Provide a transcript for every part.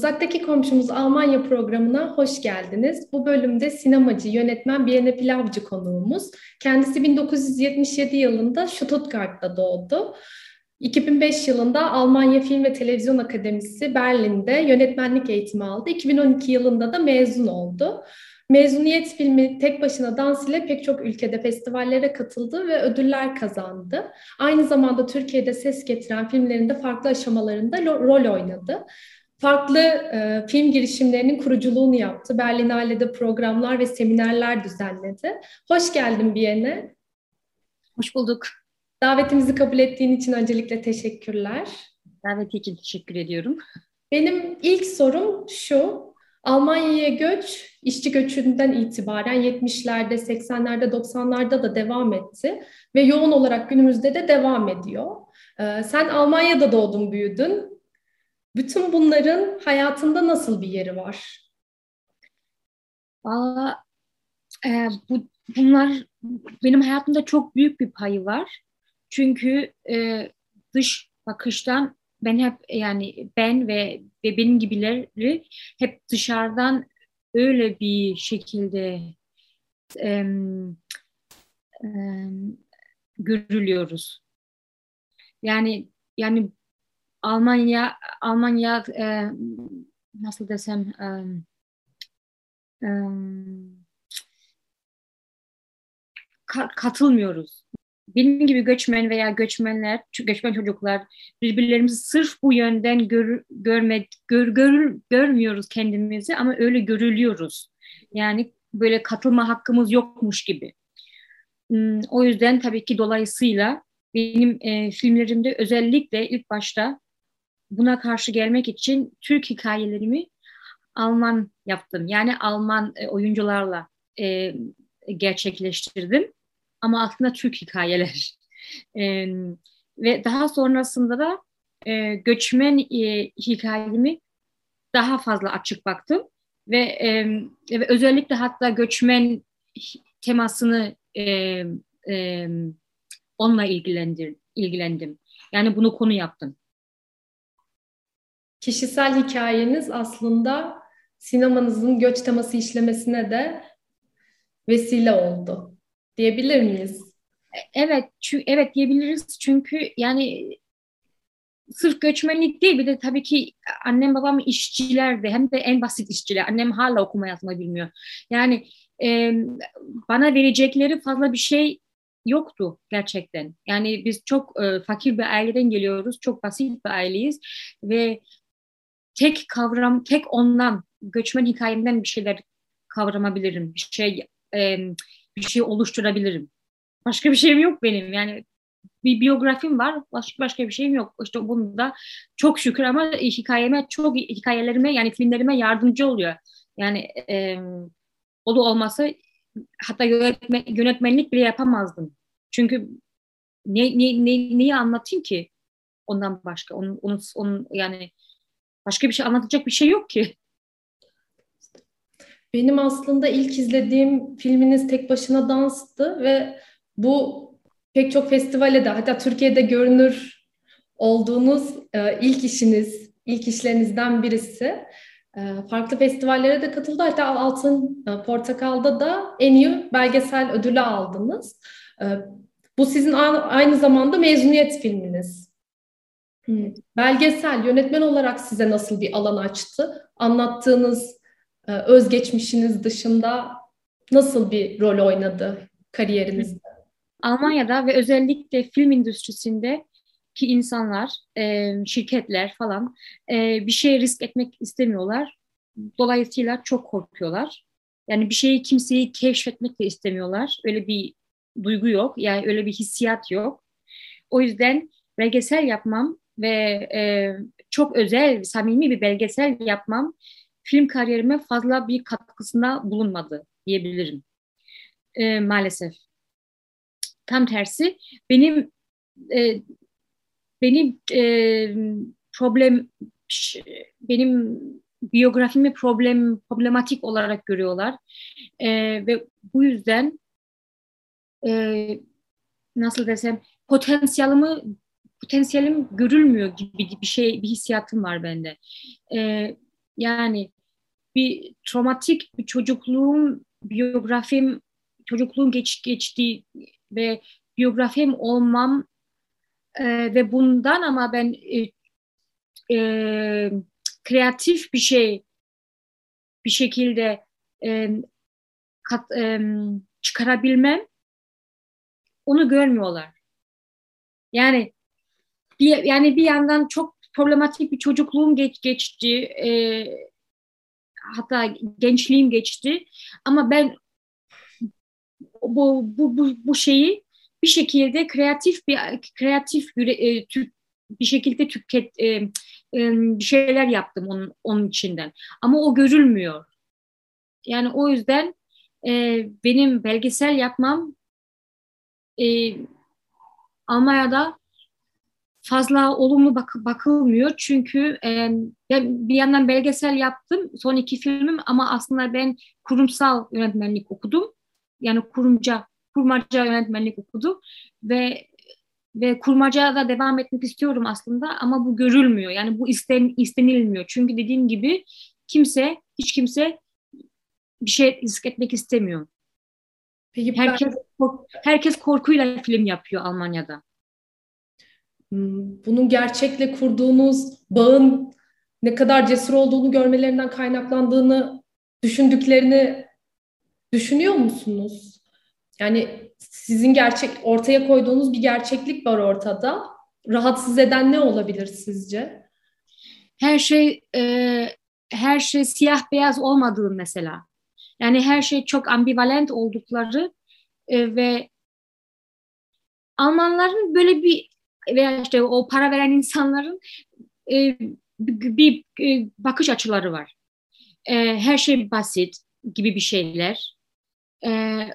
Uzaktaki komşumuz Almanya programına hoş geldiniz. Bu bölümde sinemacı, yönetmen Biene Pilavcı konuğumuz. Kendisi 1977 yılında Stuttgart'ta doğdu. 2005 yılında Almanya Film ve Televizyon Akademisi Berlin'de yönetmenlik eğitimi aldı. 2012 yılında da mezun oldu. Mezuniyet filmi Tek Başına Dans ile pek çok ülkede festivallere katıldı ve ödüller kazandı. Aynı zamanda Türkiye'de ses getiren filmlerinde farklı aşamalarında rol oynadı. Farklı film girişimlerinin kuruculuğunu yaptı. Berlinale'de programlar ve seminerler düzenledi. Hoş geldin Bien'e. Hoş bulduk. Davetimizi kabul ettiğin için öncelikle teşekkürler. Davet için teşekkür ediyorum. Benim ilk sorum şu. Almanya'ya göç, işçi göçünden itibaren 70'lerde, 80'lerde, 90'larda da devam etti ve yoğun olarak günümüzde de devam ediyor. Sen Almanya'da doğdun, büyüdün. Bütün bunların hayatında nasıl bir yeri var? Valla bunlar benim hayatımda çok büyük bir payı var. Çünkü dış bakıştan ben hep yani ben ve benim gibileri hep dışarıdan öyle bir şekilde em, em, görülüyoruz. Yani Almanya nasıl desem em, katılmıyoruz. Benim gibi göçmen veya göçmen çocuklar birbirlerimizi sırf bu yönden görmüyoruz kendimizi ama öyle görülüyoruz. Yani böyle katılma hakkımız yokmuş gibi. O yüzden tabii ki dolayısıyla benim filmlerimde özellikle ilk başta buna karşı gelmek için Türk hikayelerimi Alman yaptım. Yani Alman oyuncularla e, gerçekleştirdim. Ama aslında Türk hikayeler. E, Ve daha sonrasında da göçmen hikayemi daha fazla açık baktım. Ve özellikle hatta göçmen temasını e, onunla ilgilendim. Yani bunu konu yaptım. Kişisel hikayeniz aslında sinemanızın göç teması işlemesine de vesile oldu diyebilir miyiz? Evet, evet diyebiliriz çünkü yani sırf göçmenlik değil bir de tabii ki annem babam işçilerdi hem de en basit işçiler. Annem hala okuma yazma bilmiyor. Yani e, bana verecekleri fazla bir şey yoktu gerçekten. Yani biz çok fakir bir aileden geliyoruz. Çok basit bir aileyiz ve tek ondan göçmen hikayemden bir şeyler kavramabilirim. E, bir şey oluşturabilirim. Başka bir şeyim yok benim. Yani bir biyografim var. Başka bir şeyim yok. İşte bunu da çok şükür ama hikayelerime yani filmlerime yardımcı oluyor. Yani o da olmasa hatta yönetmenlik bile yapamazdım. Çünkü neyi anlatayım ki ondan başka? Onun yani başka bir şey anlatacak bir şey yok ki. Benim aslında ilk izlediğim filminiz Tek Başına Dans'tı ve bu pek çok festivale de hatta Türkiye'de görünür olduğunuz ilk işiniz, ilk işlerinizden birisi. Farklı festivallere de katıldı. Hatta Altın Portakal'da da en iyi belgesel ödülü aldınız. E, Bu sizin aynı zamanda mezuniyet filminiz. Belgesel yönetmen olarak size nasıl bir alan açtı? Anlattığınız özgeçmişiniz dışında nasıl bir rol oynadı kariyerinizde? Almanya'da ve özellikle film endüstrisinde ki insanlar, şirketler falan bir şeye risk etmek istemiyorlar. Dolayısıyla çok korkuyorlar. Yani bir şeyi kimseyi keşfetmek de istemiyorlar. Öyle bir duygu yok. Yani öyle bir hissiyat yok. O yüzden belgesel yapmam ve çok özel, samimi bir belgesel yapmam film kariyerime fazla bir katkısında bulunmadı diyebilirim. Maalesef. Tam tersi benim e, benim problem benim biyografimi problematik olarak görüyorlar. Ve bu yüzden e, nasıl desem potansiyelim görülmüyor gibi bir hissiyatım var bende. Yani bir travmatik bir çocukluğum geçti ve biyografim olmam ve bundan ama ben e, kreatif bir şekilde e, kat, çıkarabilmem, onu görmüyorlar. Yani bir yandan çok problematik bir çocukluğum geçti. Hatta gençliğim geçti. Ama ben bu şeyi bir şekilde bir şekilde bir şeyler yaptım onun içinden. Ama o görülmüyor. Yani o yüzden benim belgesel yapmam e, Almanya'da fazla olumlu bakılmıyor. Çünkü ben bir yandan belgesel yaptım, son iki filmim, ama aslında ben kurumsal yönetmenlik okudum. Yani kurmaca yönetmenlik okudum ve kurmacada devam etmek istiyorum aslında, ama bu görülmüyor. Yani bu istenilmiyor. Çünkü dediğim gibi hiç kimse bir şey risk etmek istemiyor. Peki ben Herkes korkuyla film yapıyor Almanya'da. bunun gerçekle kurduğunuz bağın ne kadar cesur olduğunu görmelerinden kaynaklandığını düşündüklerini düşünüyor musunuz? Yani sizin ortaya koyduğunuz bir gerçeklik var ortada. Rahatsız eden ne olabilir sizce? Her şey her şey siyah beyaz olmadığı mesela. Yani her şey çok ambivalent oldukları ve Almanların böyle veya işte o para veren insanların e, bakış açıları var. Her şey basit gibi bir şeyler. E,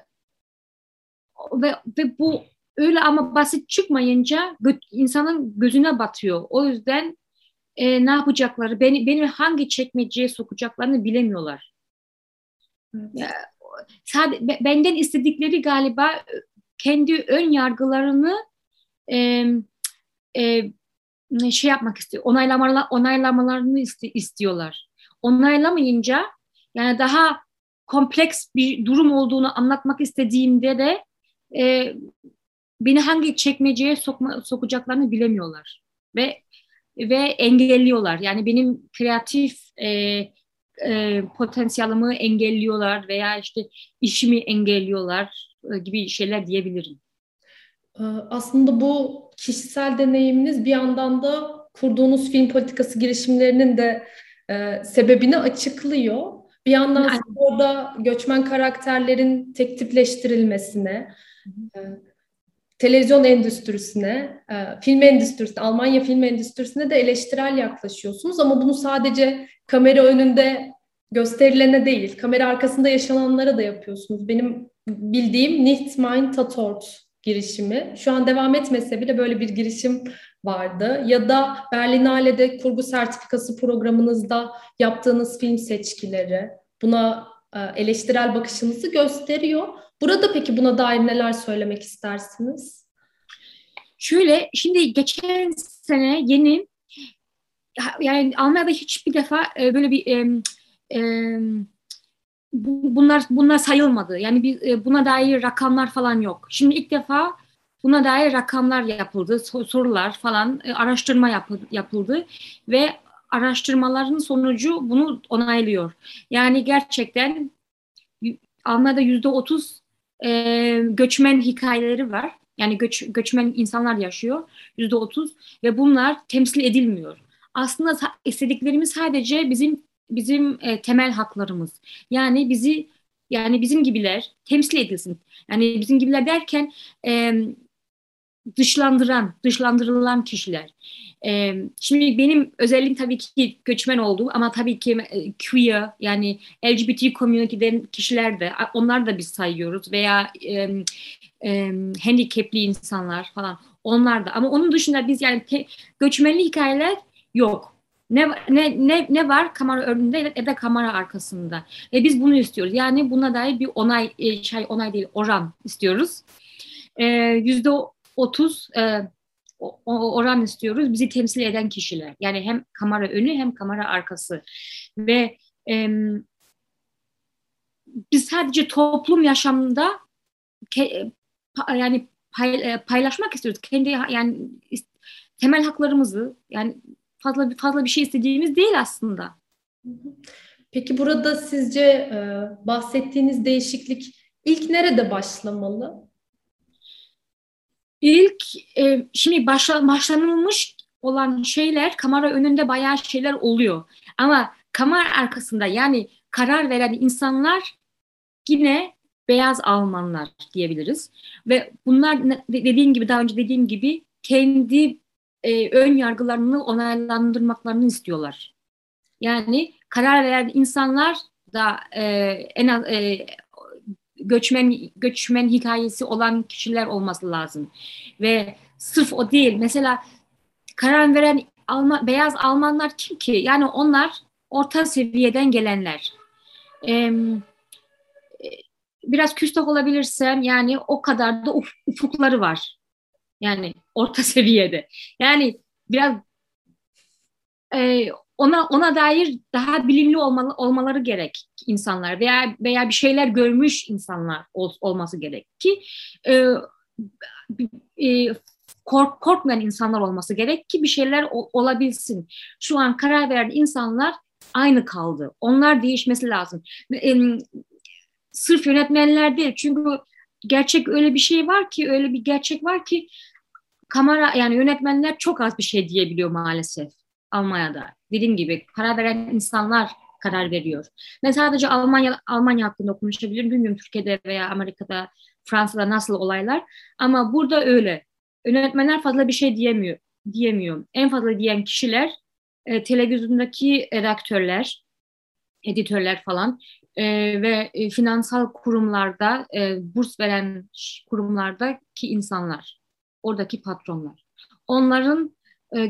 ve bu öyle, ama basit çıkmayınca insanın gözüne batıyor. O yüzden ne yapacakları, beni hangi çekmeceye sokacaklarını bilemiyorlar. Ya, Evet. benden istedikleri galiba kendi ön yargılarını e, e, şey yapmak istiyor, onaylamalarını istiyorlar. Onaylamayınca, yani daha kompleks bir durum olduğunu anlatmak istediğimde de e, beni hangi çekmeceye sokacaklarını bilemiyorlar ve engelliyorlar. Yani benim kreatif potansiyelimi engelliyorlar veya işte işimi engelliyorlar gibi şeyler diyebilirim. Aslında bu kişisel deneyiminiz bir yandan da kurduğunuz film politikası girişimlerinin de sebebini açıklıyor. Bir yandan siz Yani, orada göçmen karakterlerin tek tipleştirilmesine, e, televizyon endüstrisine, film endüstrisine, Almanya film endüstrisine de eleştirel yaklaşıyorsunuz. Ama bunu sadece kamera önünde gösterilene değil, kamera arkasında yaşananlara da yapıyorsunuz. Benim bildiğim Nicht mein Tatort girişimi. Şu an devam etmese bile böyle bir girişim vardı. Ya da Berlinale'de kurgu sertifikası programınızda yaptığınız film seçkileri buna eleştirel bakışınızı gösteriyor. Burada peki buna dair neler söylemek istersiniz? şöyle, şimdi geçen sene yani Almanya'da hiçbir defa böyle bir bunlar sayılmadı. Yani buna dair rakamlar falan yok. Şimdi ilk defa buna dair rakamlar yapıldı, sorular falan, araştırma yapıldı ve araştırmaların sonucu bunu onaylıyor. Yani gerçekten Almanya'da %30 göçmen hikayeleri var. Yani göçmen insanlar yaşıyor, %30, ve bunlar temsil edilmiyor. Aslında istediklerimiz sadece bizim temel haklarımız. Yani bizim gibiler temsil edilsin. Yani bizim gibiler derken e, dışlandırılan kişiler. Şimdi benim özelliğim tabii ki göçmen olduğum, ama tabii ki queer, yani LGBT community'den kişiler de, onlar da biz sayıyoruz, veya handicapli insanlar falan, onlar da. Ama onun dışında biz, yani göçmenli hikayeler yok. Ne var kamera önünde ya da kamera arkasında. Ve biz bunu istiyoruz. Yani buna dair bir onay değil, oran istiyoruz. %30 oran istiyoruz. Bizi temsil eden kişiler. Yani hem kamera önü hem kamera arkası. Ve biz sadece toplum yaşamında yani paylaşmak istiyoruz. Kendi yani temel haklarımızı, yani fazla bir şey istediğimiz değil aslında. Peki burada sizce bahsettiğiniz değişiklik ilk nerede başlamalı? İlk şimdi başlanılmış olan şeyler, kamera önünde bayağı şeyler oluyor. Ama kamera arkasında, yani karar veren insanlar yine beyaz Almanlar diyebiliriz. Ve bunlar dediğim gibi, daha önce dediğim gibi, kendi ön yargılarını onaylandırmaklarını istiyorlar. Yani karar veren insanlar da en az göçmen hikayesi olan kişiler olması lazım. Ve sırf o değil. Mesela karar veren beyaz Almanlar kim ki? Yani onlar orta seviyeden gelenler. Ee, Biraz küstah olabilirsem, yani o kadar da ufukları var. Yani orta seviyede. Yani biraz ona dair daha bilimli olmaları gerek insanlar, veya bir şeyler görmüş insanlar olması gerek ki e, e, korkmayan insanlar olması gerek ki bir şeyler olabilsin. Şu an karar veren insanlar aynı kaldı. Onlar değişmesi lazım. Sırf yönetmenler değil. Çünkü gerçek öyle bir şey var ki, öyle bir gerçek var ki, kamera, yani yönetmenler çok az bir şey diyebiliyor maalesef Almanya'da. Dediğim gibi karar veren insanlar karar veriyor. Ben sadece Almanya hakkında konuşabilirim. Bilmiyorum Türkiye'de veya Amerika'da, Fransa'da nasıl olaylar. Ama burada öyle. Yönetmenler fazla bir şey diyemiyor. En fazla diyen kişiler televizyondaki redaktörler, editörler falan, ve finansal kurumlarda, burs veren kurumlardaki insanlar, oradaki patronlar. Onların e,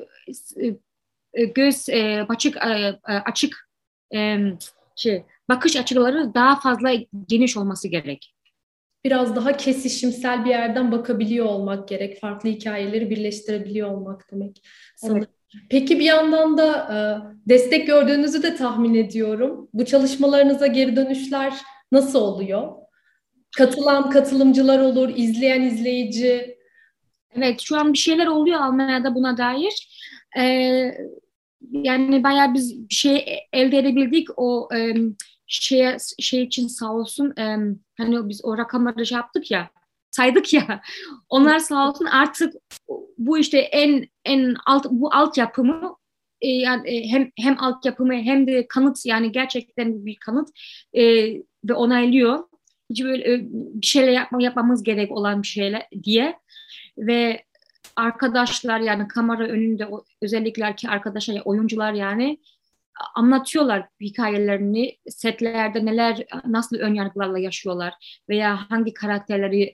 göz açık e, bakış açıları daha fazla geniş olması gerek. Biraz daha kesişimsel bir yerden bakabiliyor olmak gerek. Farklı hikayeleri birleştirebiliyor olmak demek sanırım. Evet. Peki bir yandan da destek gördüğünüzü de tahmin ediyorum. Bu çalışmalarınıza geri dönüşler nasıl oluyor? Katılan katılımcılar olur, izleyen izleyici. Evet, şu an bir şeyler oluyor Almanya'da buna dair. Ee, Yani bayağı biz bir şey elde edebildik. O şey için sağ olsun. Hani biz o rakamları şey yaptık ya, saydık ya. Onlar sağ olsun artık bu işte en bu altyapımı, yani hem altyapımı hem de kanıt, yani gerçekten bir kanıt ve onaylıyor. Hiç böyle bir şeyler yapmamız gerek olan bir şeyler diye. Ve arkadaşlar, yani kamera önünde özellikle ki arkadaşlar, oyuncular, yani anlatıyorlar hikayelerini, setlerde neler, nasıl ön yargılarla yaşıyorlar veya hangi karakterleri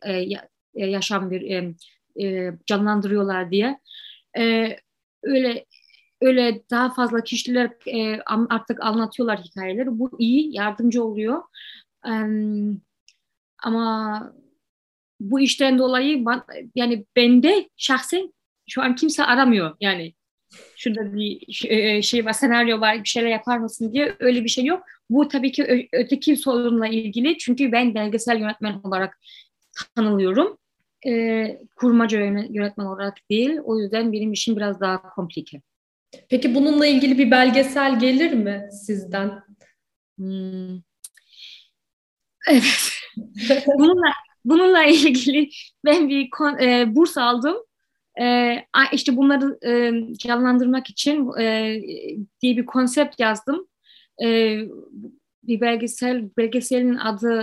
canlandırıyorlar diye. E, öyle öyle daha fazla kişiler artık anlatıyorlar hikayeleri. Bu iyi, yardımcı oluyor. E, Ama bu işten dolayı yani bende şahsen şu an kimse aramıyor. Yani şurada bir şey var, senaryo var, bir şeyler yapar mısın diye, öyle bir şey yok. Bu tabii ki öteki sorunla ilgili. Çünkü ben belgesel yönetmen olarak tanılıyorum. Kurmaca yönetmen olarak değil. O yüzden benim işim biraz daha komplike. Peki bununla ilgili bir belgesel gelir mi sizden? Hmm. Evet. Bununla bununla ilgili ben bir burs aldım. İşte bunları canlandırmak için diye bir konsept yazdım. E, Bir belgeselin adı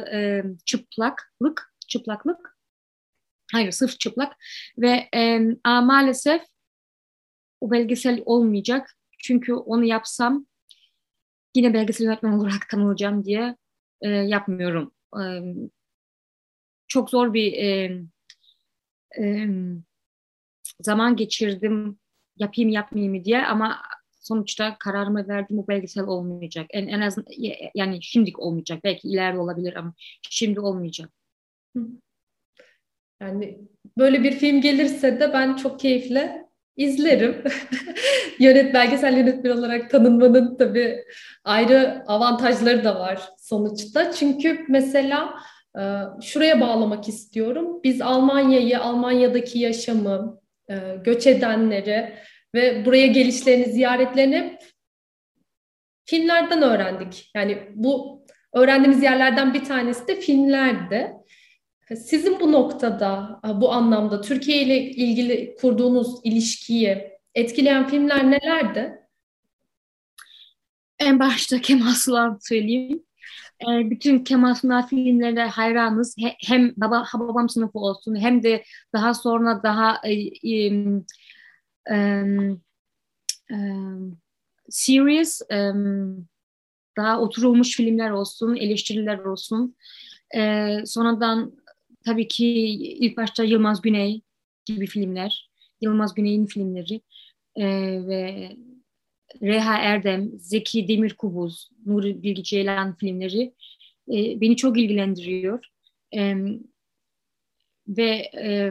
çıplaklık. Hayır, sırf çıplak. Ve maalesef o belgesel olmayacak. Çünkü onu yapsam yine belgesel yönetmen olarak tanınacağım diye yapmıyorum. Çok zor bir e, zaman geçirdim, yapayım yapmayayım mı diye, ama sonuçta kararımı verdim, bu belgesel olmayacak. En azından yani şimdilik olmayacak. Belki ileride olabilir ama şimdi olmayacak. Yani böyle bir film gelirse de ben çok keyifle izlerim. Belgesel yönetmen olarak tanınmanın tabii ayrı avantajları da var sonuçta. Çünkü mesela şuraya bağlamak istiyorum. Biz Almanya'yı, Almanya'daki yaşamı, göç edenleri ve buraya gelişlerini, ziyaretlerini hep filmlerden öğrendik. Yani bu öğrendiğimiz yerlerden bir tanesi de filmlerdi. Sizin bu noktada, bu anlamda Türkiye ile ilgili kurduğunuz ilişkiyi etkileyen filmler nelerdi? En başta Kemal Sunal söyleyeyim. Bütün Kemal Sunal filmlerine hayranız. Hem babam sınıfı olsun hem de daha sonra daha serious, daha oturulmuş filmler olsun, eleştiriler olsun. Sonradan tabii ki ilk başta Yılmaz Güney gibi filmler, Yılmaz Güney'in filmleri ve Reha Erdem, Zeki Demirkubuz, Nuri Bilge Ceylan filmleri beni çok ilgilendiriyor. E, ve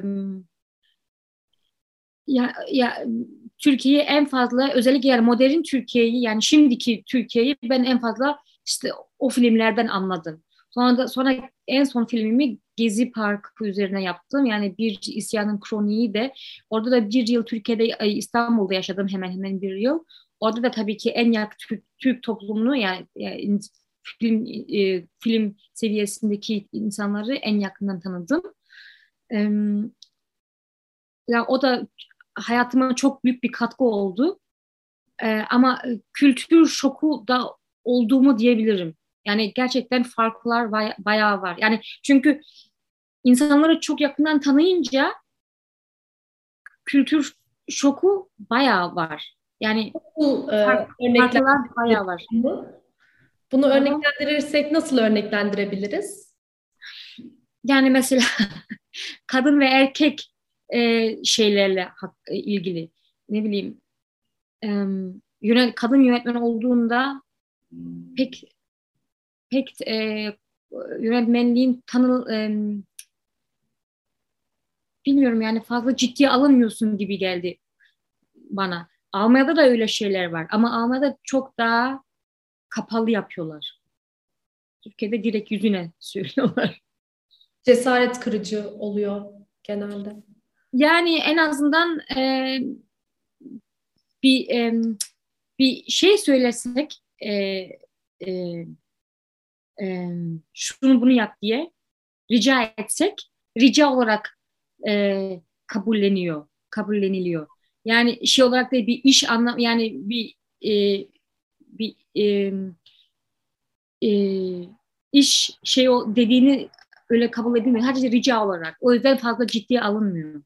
ya Türkiye'yi en fazla, özellikle yani modern Türkiye'yi, yani şimdiki Türkiye'yi ben en fazla işte o filmlerden anladım. Sonra en son filmimi Gezi Parkı üzerine yaptım. Yani Bir İsyanın Kroniği de. Orada da bir yıl Türkiye'de, İstanbul'da yaşadım, hemen hemen bir yıl. Orada da tabii ki en yakın Türk toplumunu, yani film seviyesindeki insanları en yakından tanıdım. Ya o da hayatıma çok büyük bir katkı oldu. Ama kültür şoku da olduğumu diyebilirim. Yani gerçekten farklar bayağı var. Yani çünkü insanları çok yakından tanıyınca kültür şoku bayağı var. Yani Bu farklar bayağı var. bunu Pardon? örneklendirirsek nasıl örneklendirebiliriz? Yani mesela kadın ve erkek şeylerle ilgili, ne bileyim, kadın yönetmen olduğunda pek yönetmenliğin bilmiyorum, yani fazla ciddiye alınmıyorsun gibi geldi bana. Almanya'da da öyle şeyler var ama Almanya'da çok daha kapalı yapıyorlar. Türkiye'de direkt yüzüne söylüyorlar. Cesaret kırıcı oluyor genelde. Yani en azından bir bir şey söylesek, e, e, şunu bunu yap diye rica etsek, rica olarak kabulleniliyor. Yani şey olarak değil, bir iş anlam, yani bir e, iş şey dediğini öyle kabul edilmiyor. Sadece rica olarak. O yüzden fazla ciddiye alınmıyor.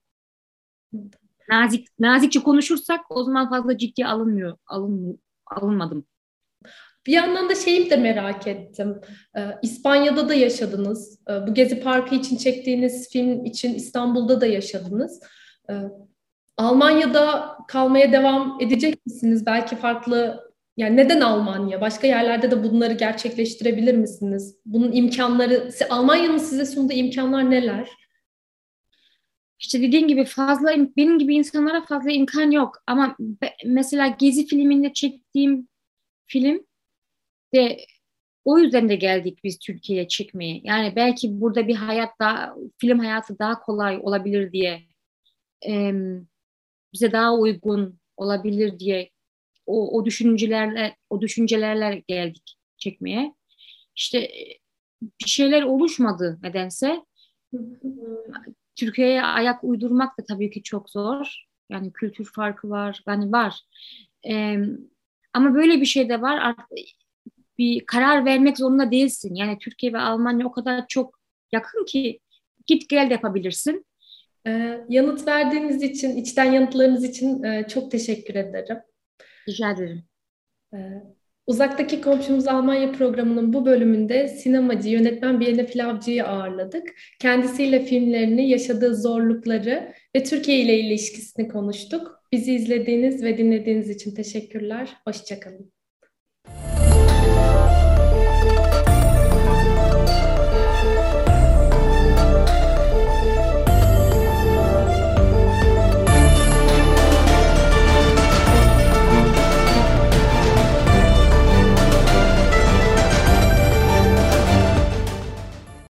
Nazikçe konuşursak o zaman fazla ciddiye alınmadım. Bir yandan da şeyi de merak ettim. İspanya'da da yaşadınız. Bu Gezi Parkı için çektiğiniz film için İstanbul'da da yaşadınız. Ee, Almanya'da kalmaya devam edecek misiniz? Belki farklı, yani neden Almanya? Başka yerlerde de bunları gerçekleştirebilir misiniz? Bunun imkanları, Almanya'nın size sunduğu imkanlar neler? İşte dediğin gibi benim gibi insanlara fazla imkan yok. Ama mesela Gezi filminde çektiğim film de, o yüzden de geldik biz Türkiye'ye çekmeye. Yani belki burada bir film hayatı daha kolay olabilir diye, bize daha uygun olabilir diye o düşüncelerle geldik çekmeye. İşte bir şeyler oluşmadı nedense. Türkiye'ye ayak uydurmak da tabii ki çok zor. Yani kültür farkı var, yani var. Ee, Ama böyle bir şey de var. Bir karar vermek zorunda değilsin. Yani Türkiye ve Almanya o kadar çok yakın ki git gel de yapabilirsin. Yanıt verdiğiniz için, içten yanıtlarınız için çok teşekkür ederim. Rica ederim. Uzaktaki Komşumuz Almanya programının bu bölümünde sinemacı, yönetmen Biene Pilavcı'yı ağırladık. Kendisiyle filmlerini, yaşadığı zorlukları ve Türkiye ile ilişkisini konuştuk. Bizi izlediğiniz ve dinlediğiniz için teşekkürler. Hoşça kalın.